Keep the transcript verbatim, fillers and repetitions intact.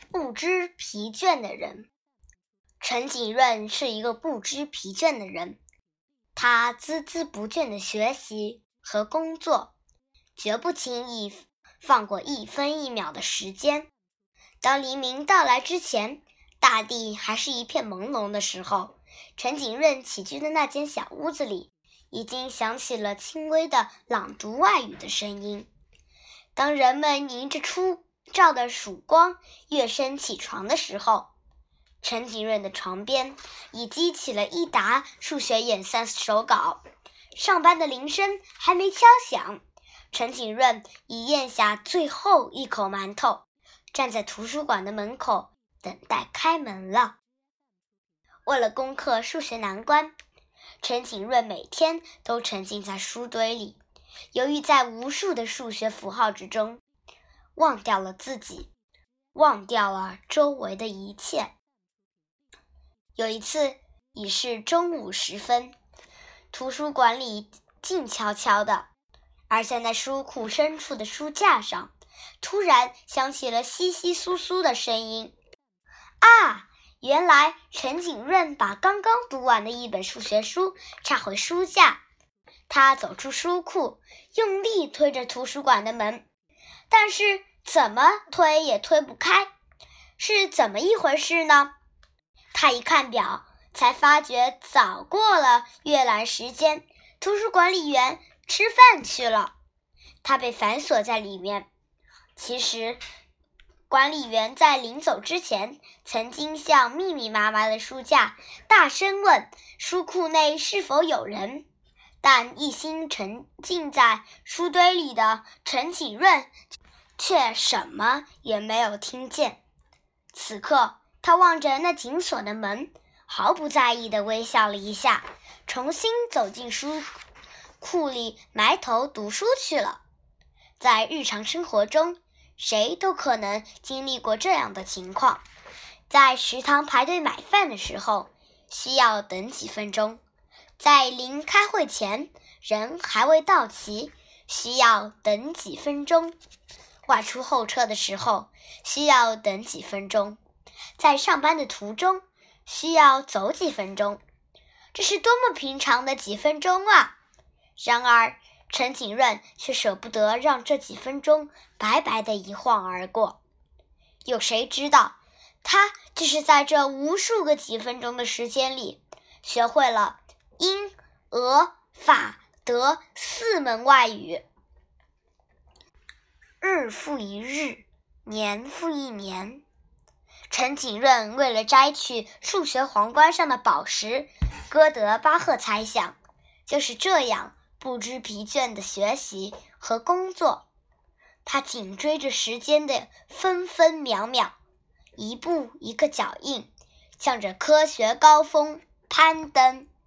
不知疲倦的人。陈景润是一个不知疲倦的人，他孜孜不倦地学习和工作，绝不轻易放过一分一秒的时间。当黎明到来之前，大地还是一片朦胧的时候，陈景润起居的那间小屋子里，已经响起了轻微的朗读外语的声音。当人们迎着初照的曙光跃身起床的时候，陈景润的床边已积起了一沓数学演算手稿。上班的铃声还没敲响，陈景润已咽下最后一口馒头，站在图书馆的门口等待开门了。为了攻克数学难关，陈景润每天都沉浸在书堆里，由于在无数的数学符号之中，忘掉了自己，忘掉了周围的一切。有一次，已是中午时分，图书馆里静悄悄的，而在那书库深处的书架上，突然响起了窸窸窣窣的声音。啊！原来陈景润把刚刚读完的一本数学书插回书架。他走出书库，用力推着图书馆的门，但是怎么推也推不开，是怎么一回事呢？他一看表，才发觉早过了阅览时间，图书管理员吃饭去了，他被反锁在里面。其实管理员在临走之前，曾经向密密麻麻的书架大声问书库内是否有人，但一心沉浸在书堆里的陈景润却什么也没有听见。此刻，他望着那紧锁的门，毫不在意地微笑了一下，重新走进书库里埋头读书去了。在日常生活中，谁都可能经历过这样的情况，在食堂排队买饭的时候，需要等几分钟；在临开会前，人还未到齐，需要等几分钟；外出候车的时候，需要等几分钟；在上班的途中，需要走几分钟。这是多么平常的几分钟啊！然而陈景润却舍不得让这几分钟白白的一晃而过。有谁知道，他就是在这无数个几分钟的时间里，学会了英、俄、法、德四门外语。日复一日，年复一年，陈景润为了摘去数学皇冠上的宝石，哥德巴赫猜想，就是这样不知疲倦的学习和工作。他紧追着时间的分分秒秒，一步一个脚印，向着科学高峰攀登。